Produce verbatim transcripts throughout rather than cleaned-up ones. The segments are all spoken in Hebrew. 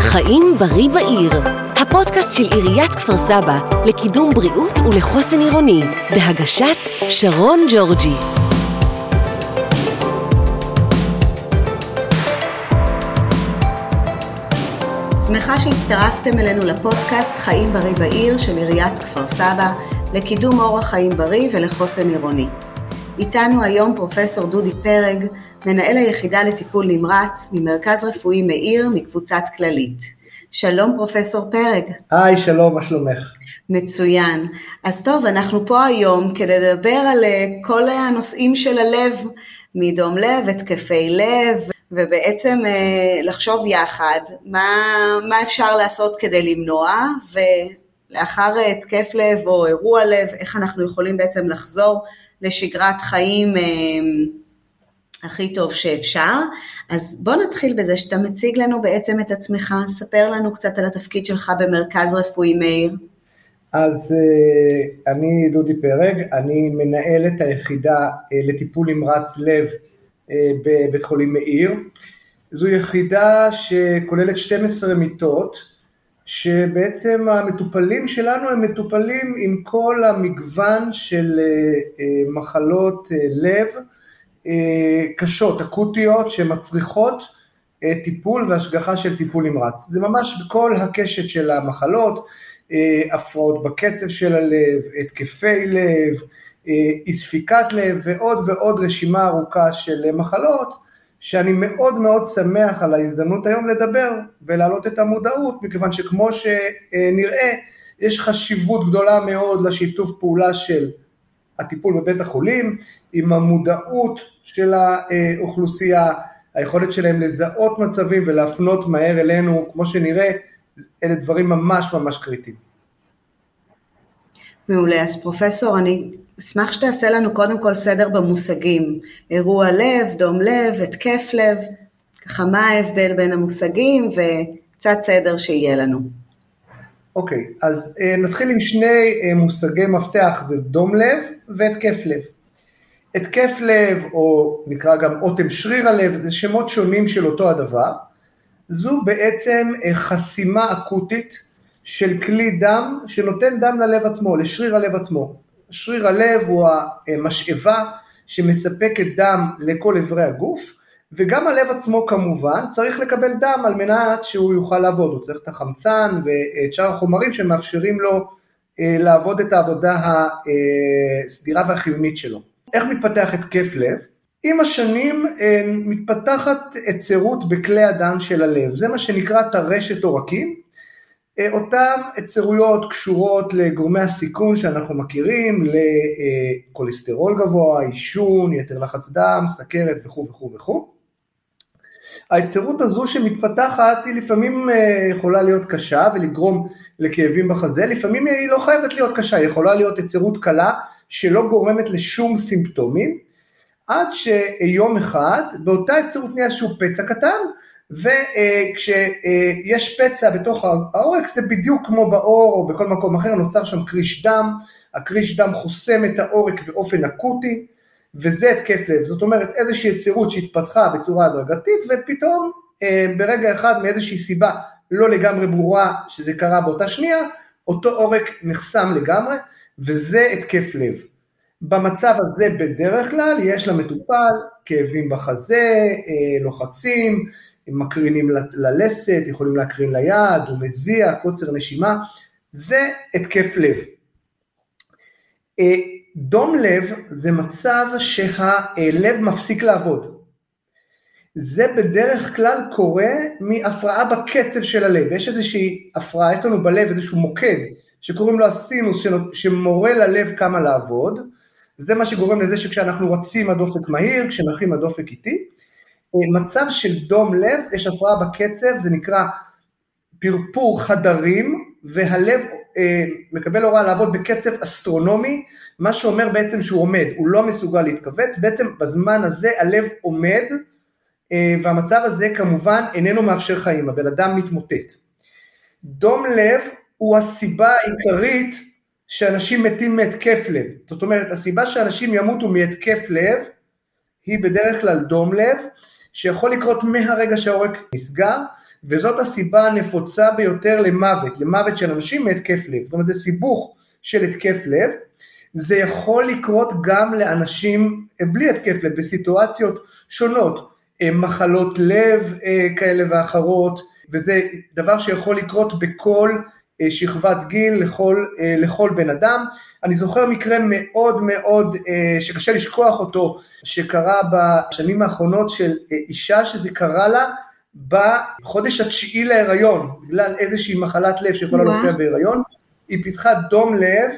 חיים בריא בעיר, הפודקאסט של עיריית כפר סבא לקידום בריאות ולחוסן עירוני, בהגשת שרון ג'ורג'י. שמחה שהצטרפתם אלינו לפודקאסט חיים בריא בעיר של עיריית כפר סבא, לקידום אורח חיים בריא ולחוסן עירוני. איתנו היום פרופסור דודי פרג, מנהל היחידה לטיפול נמרץ ממרכז רפואי מאיר מקבוצת כללית. שלום פרופסור פרג. היי, שלום, מה שלומך? מצוין. אז טוב, אנחנו פה היום כדי לדבר על כל הנושאים של הלב, מדום לב, התקפי לב, ובעצם לחשוב יחד מה, מה אפשר לעשות כדי למנוע, ולאחר התקף לב או אירוע לב, איך אנחנו יכולים בעצם לחזור לשגרת חיים הכי טוב שאפשר. אז בוא נתחיל בזה שאתה מציג לנו בעצם את עצמך, ספר לנו קצת על התפקיד שלך במרכז רפואי מאיר. אז אני דודי פרג, אני מנהל את היחידה לטיפול נמרץ לב בבית חולים מאיר. זו יחידה שכוללת שתים עשרה מיטות, שבעצם המטופלים שלנו הם מטופלים עם כל המגוון של מחלות לב, קשות, אקוטיות, שמצריכות טיפול והשגחה של טיפול נמרץ. זה ממש בכל הקשת של המחלות, הפרעות בקצב של הלב, התקפי לב, אי ספיקת לב ועוד ועוד רשימה ארוכה של מחלות, שאני מאוד מאוד שמח על ההזדמנות היום לדבר ולהעלות את המודעות, מכיוון שכמו שנראה, יש חשיבות גדולה מאוד לשיתוף פעולה של הטיפול בבית החולים, עם המודעות של האוכלוסייה, היכולת שלהם לזהות מצבים ולהפנות מהר אלינו, כמו שנראה, אלה דברים ממש ממש קריטיים. מעולה, אז פרופסור, אני אשמח שתעשה לנו קודם כל סדר במושגים, אירוע לב, דום לב, התקף לב, ככה מה ההבדל בין המושגים וקצת סדר שיהיה לנו. אוקיי, אז נתחיל עם שני מושגי מפתח, זה דום לב והתקף לב. התקף לב, או נקרא גם אוטם שריר הלב, זה שמות שונים של אותו הדבר. זו בעצם חסימה אקוטית של כלי דם, שנותן דם ללב עצמו, לשריר הלב עצמו. שריר הלב הוא המשאבה שמספקת דם לכל עברי הגוף, וגם הלב עצמו כמובן צריך לקבל דם על מנת שהוא יוכל לעבוד, הוא צריך את החמצן ואת שאר החומרים שמאפשרים לו לעבוד את העבודה הסדירה והחיונית שלו. איך מתפתח התקף לב? עם השנים מתפתחת עצרות בכלי הדם של הלב, זה מה שנקרא טרשת עורקים, אותם עצרויות קשורות לגורמי הסיכון שאנחנו מכירים, לקולסטרול גבוה, עישון, יתר לחץ דם, סכרת וכו' וכו' וכו'. העצרות הזו שמתפתחת היא לפעמים יכולה להיות קשה ולגרום לכאבים בחזה, לפעמים היא לא חייבת להיות קשה, היא יכולה להיות עצרות קלה שלא גורמת לשום סימפטומים, עד שיום אחד באותה עצרות נהיה איזשהו פצע קטן, וכשיש פצע בתוך העורק, זה בדיוק כמו בעור או בכל מקום אחר, נוצר שם קריש דם, הקריש דם חוסם את העורק באופן אקוטי, וזה התקף לב, זאת אומרת איזושהי יצירות שהתפתחה בצורה הדרגתית, ופתאום ברגע אחד מאיזושהי סיבה לא לגמרי ברורה שזה קרה באותה שנייה, אותו עורק נחסם לגמרי, וזה התקף לב. במצב הזה בדרך כלל יש למטופל כאבים בחזה, לוחצים, מקרינים ללסת, יכולים להקרין ליד, הוא מזיע, קוצר נשימה, זה התקף לב. דום לב זה מצב שהלב מפסיק לעבוד. זה בדרך כלל קורה מהפרעה בקצב של הלב. יש איזושהי הפרעה, יש לנו בלב איזשהו מוקד, שקוראים לו הסינוס, שמורה ללב כמה לעבוד, זה מה שגורם לזה שכשאנחנו רצים הדופק מהיר, כשנחים הדופק איטי, מצב של דום לב, יש הפרעה בקצב, זה נקרא פרפור חדרים, והלב אה, מקבל הוראה לעבוד בקצב אסטרונומי, מה שאומר בעצם שהוא עומד, הוא לא מסוגל להתכווץ, בעצם בזמן הזה הלב עומד, אה, והמצב הזה כמובן איננו מאפשר חיים, הבן אדם מתמוטט. דום לב הוא הסיבה העיקרית שאנשים מתים מהתקף לב, זאת אומרת הסיבה שאנשים ימותו מהתקף לב, היא בדרך כלל דום לב, שיכול לקרות מהרגע שהעורק נסגר, וזאת הסיבה הנפוצה ביותר למוות, למוות של אנשים מהתקף לב. זאת אומרת, זה סיבוך של התקף לב, זה יכול לקרות גם לאנשים בלי התקף לב, בסיטואציות שונות, מחלות לב כאלה ואחרות, וזה דבר שיכול לקרות בכל שכבת גיל, לכל, לכל בן אדם. אני זוכר מקרה מאוד מאוד, שקשה לשכוח אותו, שקרה בשנים האחרונות של אישה שזה קרה לה, בחודש התשיעי להיריון, בגלל איזושהי מחלת לב שיכולה להופיע בהיריון, היא פיתחה דום לב,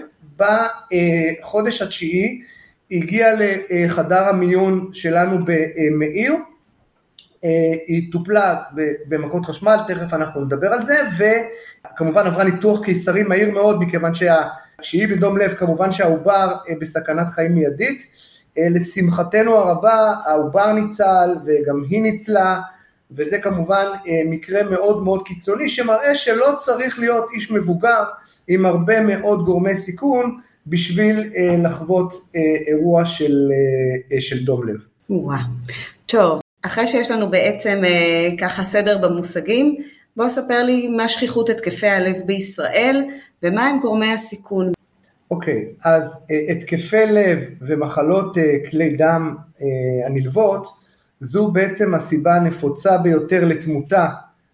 בחודש התשיעי, היא הגיעה לחדר המיון שלנו במאיר, היא טופלה במכות חשמל, תכף אנחנו נדבר על זה, וכמובן עברה ניתוח קיסרי מהיר מאוד, מכיוון שהיא בדום לב, כמובן שהעובר בסכנת חיים מיידית, לשמחתנו הרבה, העובר ניצל וגם היא ניצלה, וזה כמובן מקרה מאוד מאוד קיצוני, שמראה שלא צריך להיות איש מבוגר, עם הרבה מאוד גורמי סיכון, בשביל לחוות אירוע של, של דום לב. וואו, טוב. אחרי שיש לנו בעצם ככה סדר במושגים, בוא ספר לי מה שכיחות התקפי הלב בישראל, ומה הם גורמי הסיכון. אוקיי, okay, אז התקפי לב ומחלות כלי דם הנלוות, זו בעצם הסיבה הנפוצה ביותר לתמותה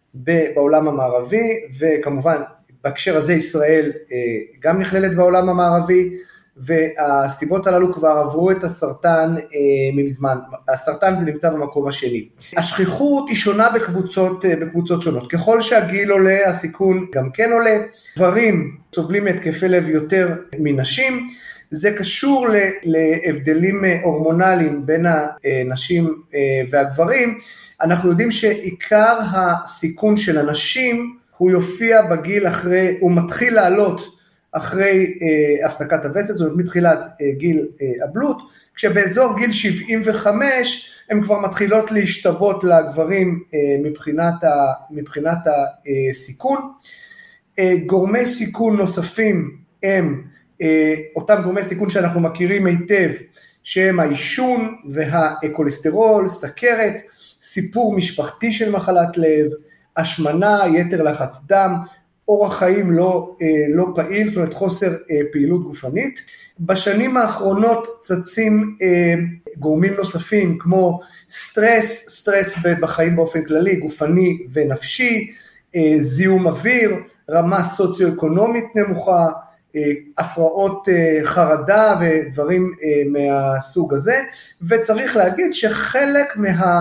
בעולם המערבי, וכמובן בהקשר הזה ישראל גם נכללת בעולם המערבי, והסיבות הללו כבר עברו את הסרטן מזמן, הסרטן זה נמצא במקום השני. השכיחות היא שונה בקבוצות, בקבוצות שונות, ככל שהגיל עולה הסיכון גם כן עולה, גברים סובלים מהתקפי לב יותר מנשים, זה קשור להבדלים הורמונליים בין הנשים והגברים, אנחנו יודעים שעיקר הסיכון של הנשים הוא יופיע בגיל אחרי, הוא מתחיל לעלות, אחרי אה, הפסקת הווסת, זאת אומרת מתחילת אה, גיל אה, הבלוט, כשבאזור גיל שבעים וחמש הן כבר מתחילות להשתוות לגברים אה, מבחינת, ה, מבחינת הסיכון. אה, גורמי סיכון נוספים הם אה, אותם גורמי סיכון שאנחנו מכירים היטב, שהם העישון והכולסטרול, סכרת, סיפור משפחתי של מחלת לב, השמנה, יתר לחץ דם, אורח חיים לא, לא פעיל, זאת אומרת חוסר פעילות גופנית. בשנים האחרונות צצים גורמים נוספים כמו סטרס, סטרס בחיים באופן כללי, גופני ונפשי, זיהום אוויר, רמה סוציו-אקונומית נמוכה, הפרעות חרדה ודברים מהסוג הזה, וצריך להגיד שחלק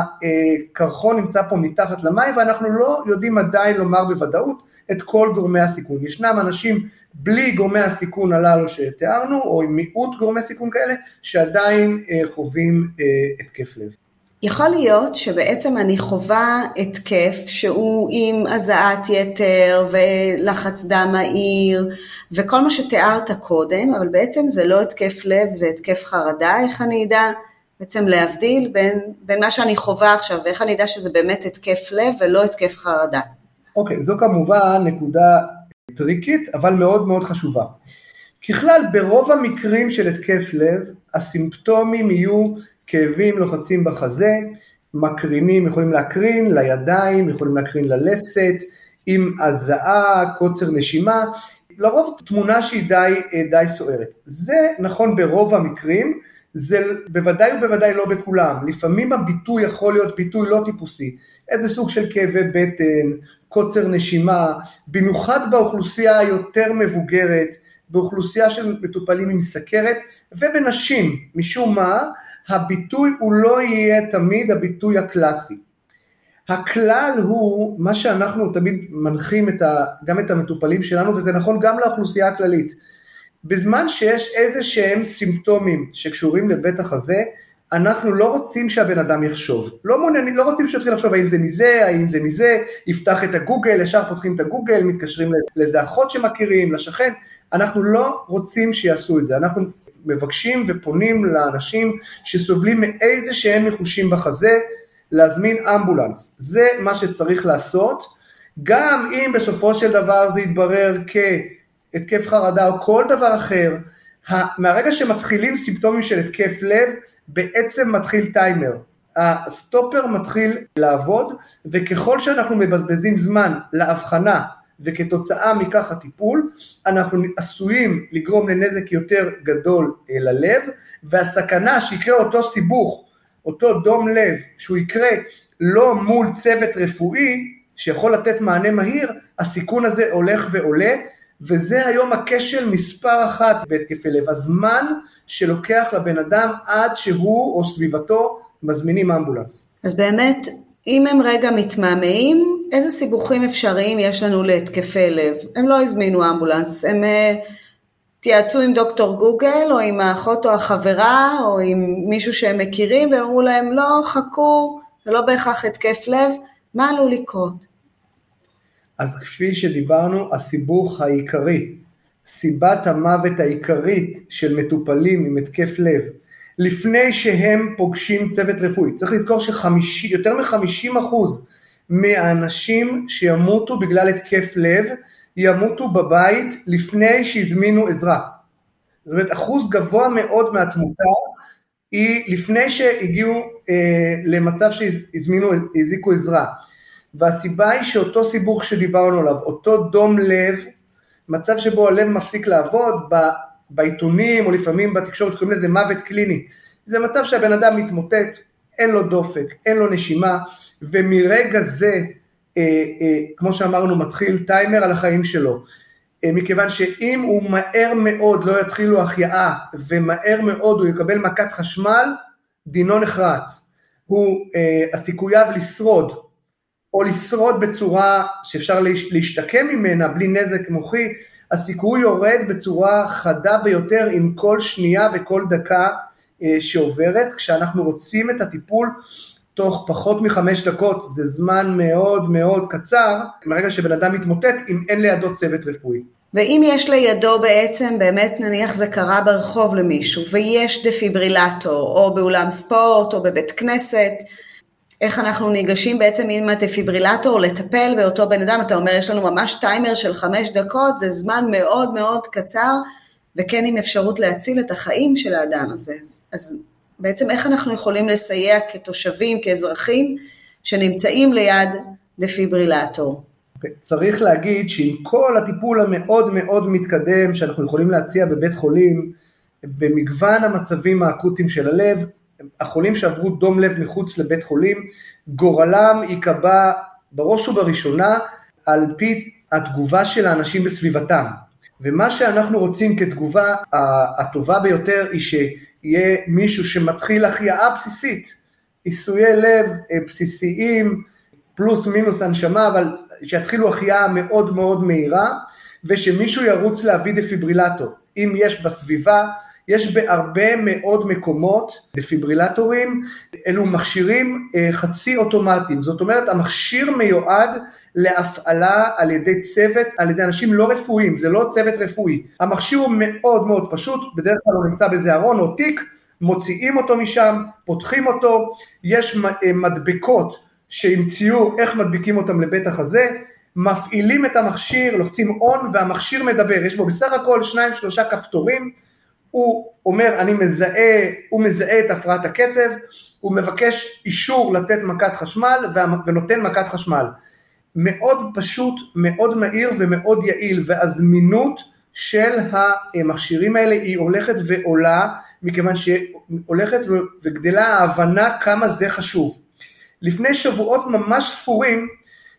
מהקרחון נמצא פה מתחת למים, ואנחנו לא יודעים עדיין לומר בוודאות, את כל גורמי הסיכון. ישנם אנשים בלי גורמי הסיכון הללו שתיארנו, או עם מיעוט גורמי סיכון כאלה, שעדיין אה, חווים אה, התקף לב. יכול להיות שבעצם אני חווה התקף שהוא עם הזעת יתר ולחץ דם מהיר, וכל מה שתיארת קודם, אבל בעצם זה לא התקף לב, זה התקף חרדה, איך אני אדע בעצם להבדיל בין, בין מה שאני חווה עכשיו, ואיך אני אדע שזה באמת התקף לב ולא התקף חרדה. אוקיי, זו כמובן נקודה טריקית, אבל מאוד מאוד חשובה. ככלל, ברוב המקרים של התקף לב, הסימפטומים יהיו כאבים לוחצים בחזה, מקרינים, יכולים להקרין לידיים, יכולים להקרין ללסת, עם הזעה, קוצר נשימה, לרוב תמונה שהיא די, די סוערת. זה נכון ברוב המקרים, זה בוודאי ובוודאי לא בכולם. לפעמים הביטוי יכול להיות ביטוי לא טיפוסי, איזה סוג של כאבי בטן, קוצר נשימה, במיוחד באוכלוסייה היותר מבוגרת, באוכלוסייה של מטופלים עם סכרת, ובנשים, משום מה, הביטוי הוא לא יהיה תמיד הביטוי הקלאסי. הכלל הוא, מה שאנחנו תמיד מנחים את ה, גם את המטופלים שלנו, וזה נכון גם לאוכלוסייה הכללית, בזמן שיש איזה שהם סימפטומים שקשורים לבית החזה, אנחנו לא רוצים שהבן אדם יחשוב, לא, מונע, לא רוצים שיתחיל לחשוב האם זה מזה, האם זה מזה, יפתח את הגוגל, ישר פותחים את הגוגל, מתקשרים לאיזה אחות שמכירים, לשכן, אנחנו לא רוצים שיעשו את זה, אנחנו מבקשים ופונים לאנשים שסובלים מאיזה שהם ניחושים בחזה, להזמין אמבולנס, זה מה שצריך לעשות, גם אם בסופו של דבר זה יתברר כהתקף חרדה או כל דבר אחר, מהרגע שמתחילים סימפטומים של התקף לב, בעצם מתחיל טיימר, הסטופר מתחיל לעבוד, וככל שאנחנו מבזבזים זמן להבחנה, וכתוצאה מכך הטיפול, אנחנו עשויים לגרום לנזק יותר גדול ללב, והסכנה שיקרה אותו סיבוך, אותו דום לב, שהוא יקרה לא מול צוות רפואי, שיכול לתת מענה מהיר, הסיכון הזה הולך ועולה, וזה היום הכשל מספר אחת בהתקפי לב, הזמן שלוקח לבן אדם עד שהוא או סביבתו מזמינים אמבולנס. אז באמת, אם הם רגע מתמהמהים, איזה סיבוכים אפשריים יש לנו להתקפי לב? הם לא הזמינו אמבולנס, הם uh, תייעצו עם דוקטור גוגל, או עם האחות או החברה, או עם מישהו שהם מכירים, ואמרו להם, לא, חכו, זה לא בהכרח התקף לב, מה עלול לקרות? אז כפי שדיברנו, הסיבוך העיקרי, סיבת המוות העיקרית של מטופלים עם התקף לב, לפני שהם פוגשים צוות רפואי, צריך לזכור שיותר מ-חמישים אחוז מהאנשים שימותו בגלל התקף לב, ימותו בבית לפני שהזמינו עזרה. זאת אומרת, אחוז גבוה מאוד מהתמותה, היא לפני שהגיעו אה, למצב שהזמינו, הזיקו עזרה. והסיבה היא שאותו סיבוך שדיברנו עליו, אותו דום לב, מצב שבו הלב מפסיק לעבוד, בעיתונים או לפעמים בתקשורת קוראים לזה מוות קליני, זה מצב שהבן אדם מתמוטט, אין לו דופק, אין לו נשימה, ומרגע זה, אה, אה, כמו שאמרנו, מתחיל טיימר על החיים שלו, אה, מכיוון שאם הוא מהר מאוד לא יתחיל לו החייאה, ומהר מאוד הוא יקבל מכת חשמל, דינו נחרץ, הוא אה, הסיכוייו לשרוד, או לשרוד בצורה שאפשר להשתקם ממנה, בלי נזק מוחי, הסיכוי יורד בצורה חדה ביותר עם כל שנייה וכל דקה שעוברת, כשאנחנו רוצים את הטיפול תוך פחות מחמש דקות, זה זמן מאוד מאוד קצר, מרגע שבן אדם מתמוטט, אם אין לידו צוות רפואי. ואם יש לידו בעצם, באמת נניח זה קרה ברחוב למישהו, ויש דפיברילטור, או באולם ספורט, או בבית כנסת, איך אנחנו ניגשים בעצם עם הדפיברילטור לטפל באותו בן אדם, אתה אומר יש לנו ממש טיימר של חמש דקות, זה זמן מאוד מאוד קצר, וכן עם אפשרות להציל את החיים של האדם הזה. אז בעצם איך אנחנו יכולים לסייע כתושבים, כאזרחים, שנמצאים ליד דפיברילטור? צריך להגיד שעם כל הטיפול המאוד מאוד מתקדם, שאנחנו יכולים להציע בבית חולים, במגוון המצבים האקוטיים של הלב, החולים שעברו דום לב מחוץ לבית חולים, גורלם ייקבע בראש ובראשונה על פי התגובה של האנשים בסביבתם. ומה שאנחנו רוצים כתגובה הטובה ביותר היא שיהיה מישהו שמתחיל החייאה בסיסית, עיסויי לב בסיסיים, פלוס מינוס הנשמה, אבל שיתחילו החייאה מאוד מאוד מהירה, ושמישהו ירוץ להביא דפיברילטור. אם יש בסביבה, יש בהרבה מאוד מקומות דפיברילטורים, אלו מכשירים חצי אוטומטיים, זאת אומרת המכשיר מיועד להפעלה על ידי צוות, על ידי אנשים לא רפואיים, זה לא צוות רפואי, המכשיר הוא מאוד מאוד פשוט, בדרך כלל הוא נמצא באיזה ארון או תיק, מוציאים אותו משם, פותחים אותו, יש מדבקות שהמציאו איך מדביקים אותם לבית החזה, מפעילים את המכשיר, לוחצים און והמכשיר מדבר, יש בו בסך הכל שניים שלושה כפתורים, הוא אומר, אני מזהה, הוא מזהה את הפרעת הקצב, הוא מבקש אישור לתת מכת חשמל, ונותן מכת חשמל. מאוד פשוט, מאוד מהיר ומאוד יעיל, והזמינות של המכשירים האלה היא הולכת ועולה, מכיוון שהולכת וגדלה ההבנה כמה זה חשוב. לפני שבועות ממש ספורים,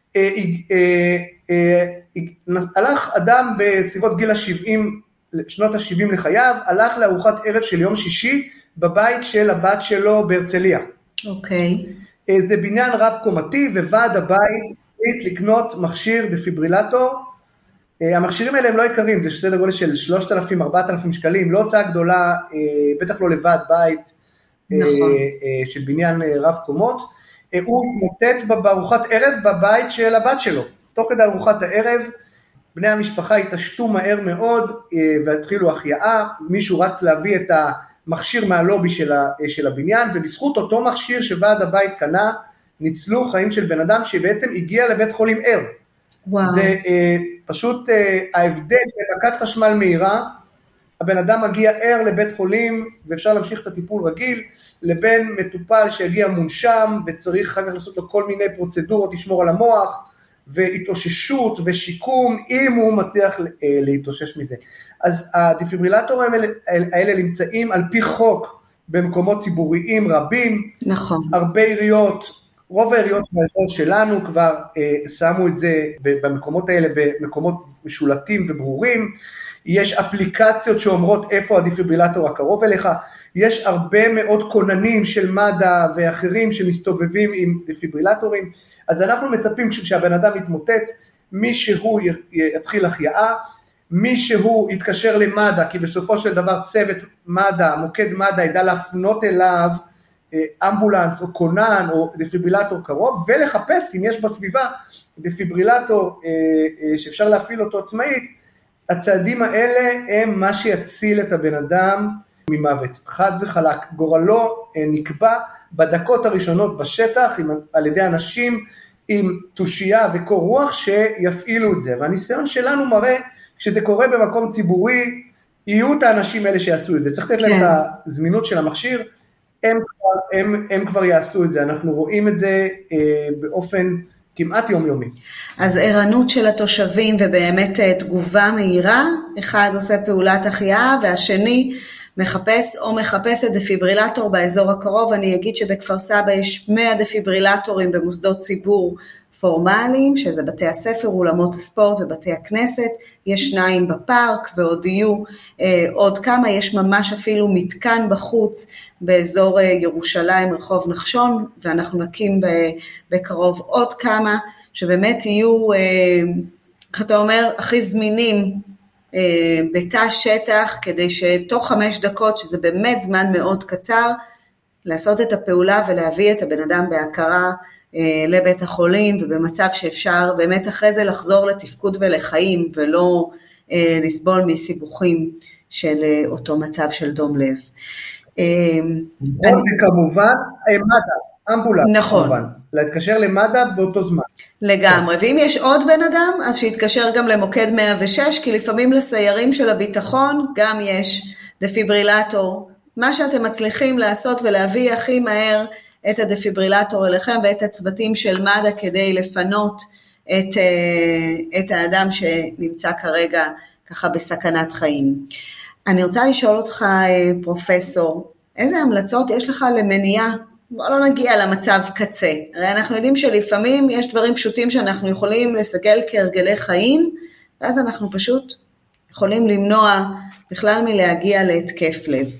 הלך אדם בסביבות גיל ה-שבעים, שנות ה-שבעים לחייו, הלך לארוחת ערב של יום שישי, בבית של הבת שלו בהרצליה. אוקיי. Okay. זה בניין רב קומתי, וועד הבית צריך לקנות מכשיר דפיברילטור. המכשירים האלה הם לא יקרים, זה סדר גודל של שלושת אלפים ארבעת אלפים שקלים, לא הוצאה גדולה, בטח לא לוועד בית, נכון. של בניין רב קומות. הוא התמוטט בארוחת ערב בבית של הבת שלו. תוך כדי ארוחת הערב, בני המשפחה התעשתו מהר מאוד, והתחילו החייאה, מישהו רץ להביא את המכשיר מהלובי של הבניין, ובזכות אותו מכשיר שוועד הבית קנה, ניצלו חיים של בן אדם שבעצם הגיע לבית חולים ער. וואו. זה פשוט ההבדל במכת חשמל מהירה, הבן אדם מגיע ער לבית חולים, ואפשר להמשיך את הטיפול רגיל, לבין מטופל שהגיע מונשם, וצריך אחר כך לעשות לו כל מיני פרוצדורות, לשמור על המוח, והתאוששות ושיקום, אם הוא מצליח להתאושש מזה. אז הדפיברילטורים האלה, האלה נמצאים על פי חוק, במקומות ציבוריים רבים, נכון. הרבה עיריות, רוב העיריות באזור שלנו כבר אה, שמו את זה במקומות האלה, במקומות משולטים וברורים, יש אפליקציות שאומרות איפה הדפיברילטור הקרוב אליך, יש הרבה מאוד כוננים של מד"א ואחרים שמסתובבים עם דפיברילטורים, אז אנחנו מצפים שכשהבן אדם יתמוטט, מישהו יתחיל החייאה, מישהו יתקשר למד"א, כי בסופו של דבר צוות מד"א, מוקד מד"א, ידע להפנות אליו אמבולנס או כונן או דפיברילטור קרוב, ולחפש אם יש בסביבה דפיברילטור שאפשר להפעיל אותו עצמאית. הצעדים האלה הם מה שיציל את הבן אדם ממוות. חד וחלק, גורלו נקבע בדקות הראשונות בשטח, על ידי אנשים עם תושייה וקור רוח שיפעילו את זה. והניסיון שלנו מראה, כשזה קורה במקום ציבורי, יהיו את האנשים האלה שיעשו את זה. צריך לתת להם את הזמינות של המכשיר, הם כבר, הם, הם כבר יעשו את זה. אנחנו רואים את זה אה, באופן כמעט יומיומי. אז ערנות של התושבים ובאמת תגובה מהירה, אחד עושה פעולת החייאה והשני מחפש או מחפשת דפיברילטור באזור הקרוב. אני אגיד שבכפר סבא יש מאה דפיברילטורים במוסדות ציבור פורמליים, שזה בתי הספר, אולמות הספורט ובתי הכנסת, יש שניים בפארק ועוד יהיו אה, עוד כמה, יש ממש אפילו מתקן בחוץ באזור אה, ירושלים, רחוב נחשון, ואנחנו נקים בקרוב עוד כמה, שבאמת יהיו, אה, איך אתה אומר, הכי זמינים אה, בתא שטח, כדי שתוך חמש דקות, שזה באמת זמן מאוד קצר, לעשות את הפעולה ולהביא את הבן אדם בהכרה, לבית החולים, ובמצב שאפשר באמת אחרי זה לחזור לתפקוד ולחיים, ולא אה, לסבול מסיבוכים של אה, אותו מצב של דום לב. אה, אני... וכמובן, מד"א, אמבולנס, נכון. כמובן, להתקשר למד"א באותו זמן. לגמרי, ואם יש עוד בן אדם, אז שיתקשר גם למוקד מאה ושש, כי לפעמים לסיירים של הביטחון, גם יש דפיברילטור, מה שאתם מצליחים לעשות ולהביא הכי מהר, את הדפיברילטור אליכם ואת הצוותים של מד"א כדי לפנות את, את האדם שנמצא כרגע ככה בסכנת חיים. אני רוצה לשאול אותך, פרופסור, איזה המלצות יש לך למניעה? בוא לא נגיע למצב קצה. הרי אנחנו יודעים שלפעמים יש דברים פשוטים שאנחנו יכולים לסגל כהרגלי חיים, ואז אנחנו פשוט יכולים למנוע בכלל מלהגיע להתקף לב.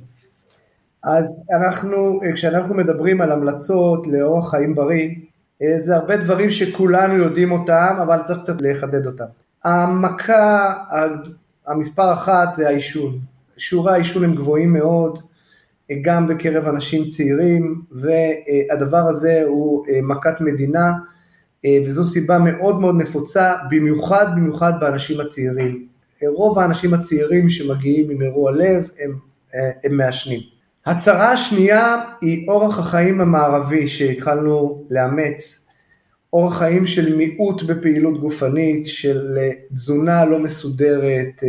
אז אנחנו, כשאנחנו מדברים על המלצות לאורח חיים בריא, זה הרבה דברים שכולנו יודעים אותם, אבל צריך קצת לחדד אותם. המכה, המספר אחת זה העישון. שיעורי העישון הם גבוהים מאוד, גם בקרב אנשים צעירים, והדבר הזה הוא מכת מדינה, וזו סיבה מאוד מאוד נפוצה, במיוחד במיוחד באנשים הצעירים. רוב האנשים הצעירים שמגיעים עם אירוע לב הם, הם מעשנים. הצרה השנייה היא אורח החיים המערבי שהתחלנו לאמץ, אורח חיים של מיעוט בפעילות גופנית, של תזונה לא מסודרת,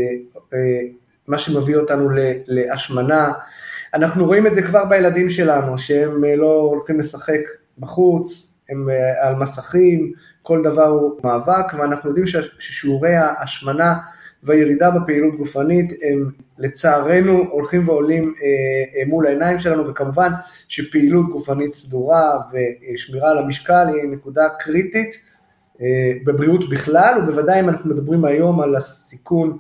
מה שמביא אותנו להשמנה. אנחנו רואים את זה כבר בילדים שלנו, שהם לא הולכים לשחק בחוץ, הם על מסכים, כל דבר הוא מאבק, ואנחנו יודעים ששיעורי ההשמנה והירידה בפעילות גופנית הם לצערנו הולכים ועולים אה, מול העיניים שלנו, וכמובן שפעילות גופנית סדורה ושמירה על המשקל היא נקודה קריטית אה, בבריאות בכלל, ובוודאי אם אנחנו מדברים היום על הסיכון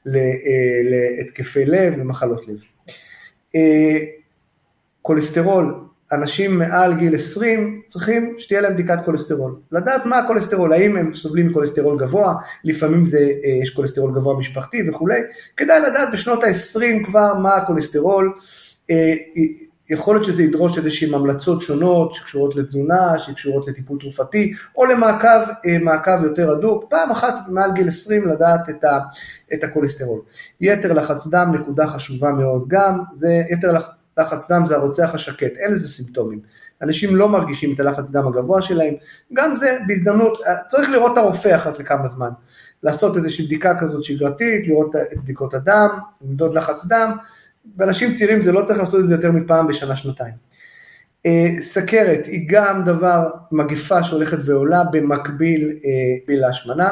להתקפי לב ומחלות לב. אה, קולסטרול, אנשים מעל גיל עשרים צריכים שתהיה להם בדיקת קולסטרול. לדעת מה הקולסטרול, האם הם סובלים מקולסטרול גבוה, לפעמים זה, יש קולסטרול גבוה משפחתי וכו'. כדאי לדעת בשנות ה-עשרים כבר מה הקולסטרול, יכול להיות שזה ידרוש איזושהי המלצות שונות, שקשורות לתזונה, שקשורות לטיפול תרופתי, או למעקב מעקב יותר הדוק, פעם אחת מעל גיל עשרים לדעת את, ה, את הקולסטרול. יתר לחץ דם, נקודה חשובה מאוד גם, זה יתר לחץ לחץ דם זה הרוצח השקט, אין לזה סימפטומים. אנשים לא מרגישים את הלחץ דם הגבוה שלהם, גם זה בהזדמנות, צריך לראות את הרופא אחת לכמה זמן, לעשות איזושהי בדיקה כזאת שגרתית, לראות את בדיקות הדם, למדוד לחץ דם, באנשים צעירים זה לא צריך לעשות את זה יותר מפעם בשנה שנתיים. סכרת היא גם דבר, מגפה שהולכת ועולה במקביל להשמנה,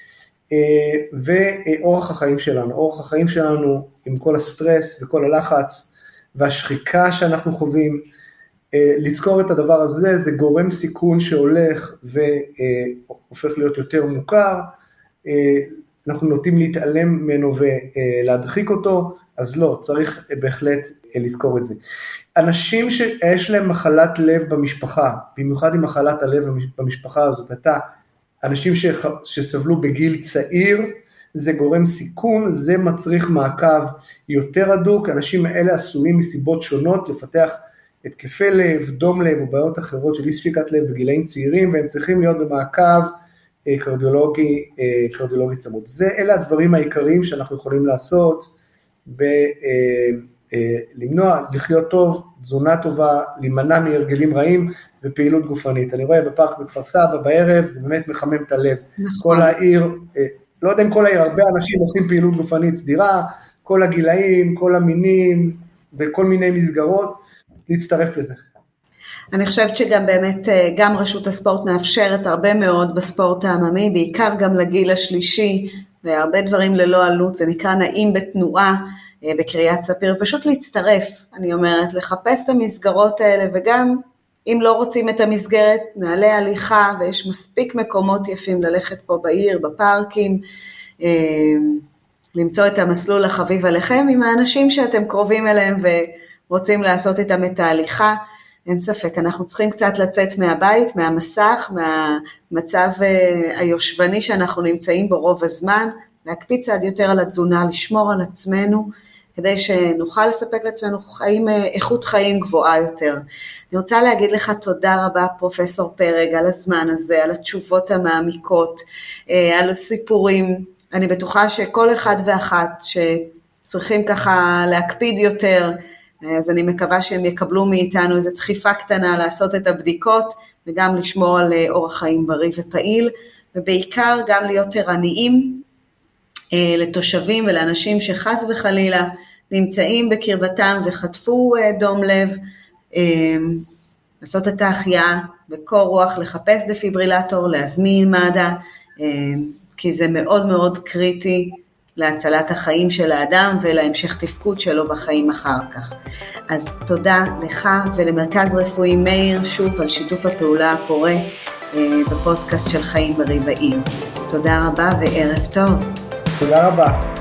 ואורח החיים שלנו, אורח החיים שלנו עם כל הסטרס וכל הלחץ והשחיקה שאנחנו חווים, לזכור את הדבר הזה, זה גורם סיכון שהולך והופך להיות יותר מוכר, אנחנו נוטים להתעלם ממנו ולהדחיק אותו, אז לא, צריך בהחלט לזכור את זה. אנשים שיש להם מחלת לב במשפחה, במיוחד עם מחלת הלב במשפחה הזאת, אתה, אנשים שסבלו בגיל צעיר, זה גורם סיכון, זה מצריך מעקב יותר הדוק, אנשים האלה עשויים מסיבות שונות לפתח התקפי לב, דום לב או בעיות אחרות של אי ספיקת לב בגילאים צעירים, והם צריכים להיות במעקב קרדיולוגי, קרדיולוגי צמוד. זה, אלה הדברים העיקריים שאנחנו יכולים לעשות, למנוע, לחיות טוב, תזונה טובה, להימנע מהרגלים רעים ופעילות גופנית. אני רואה בפארק בכפר סבא בערב, זה באמת מחמם את הלב. נכון. כל העיר, לא יודע אם כל העיר, הרבה אנשים עושים פעילות גופנית סדירה, כל הגילאים, כל המינים, וכל מיני מסגרות, להצטרף לזה. אני חושבת שגם באמת, גם רשות הספורט מאפשרת הרבה מאוד בספורט העממי, בעיקר גם לגיל השלישי, והרבה דברים ללא עלות, זה נקרא נעים בתנועה, בקריית ספיר, פשוט להצטרף, אני אומרת, לחפש את המסגרות האלה, וגם אם לא רוצים את המסגרת, נעלה הליכה, ויש מספיק מקומות יפים ללכת פה בעיר, בפארקים, למצוא את המסלול החביב עליכם, עם האנשים שאתם קרובים אליהם, ורוצים לעשות איתם את ההליכה, אין ספק, אנחנו צריכים קצת לצאת מהבית, מהמסך, מהמצב היושבני שאנחנו נמצאים בו רוב הזמן, להקפיד צעד יותר על התזונה, לשמור על עצמנו, כדי שנוכל לספק לעצמנו חיים, איכות חיים גבוהה יותר. אני רוצה להגיד לך תודה רבה פרופסור פרג על הזמן הזה, על התשובות המעמיקות, על הסיפורים. אני בטוחה שכל אחד ואחת שצריכים ככה להקפיד יותר, אז אני מקווה שהם יקבלו מאיתנו איזו דחיפה קטנה לעשות את הבדיקות, וגם לשמור על אורח חיים בריא ופעיל, ובעיקר גם להיות ערניים, לתושבים ולאנשים שחס וחלילה נמצאים בקרבתם וחטפו דום לב, לעשות את ההחייאה בקור רוח, לחפש דפיברילטור, להזמין מד"א, כי זה מאוד מאוד קריטי להצלת החיים של האדם ולהמשך תפקוד שלו בחיים אחר כך. אז תודה לך ולמרכז רפואי מאיר שוב על שיתוף הפעולה הפורה בפודקאסט של חיים בריא בעיר. תודה רבה וערב טוב. תודה רבה.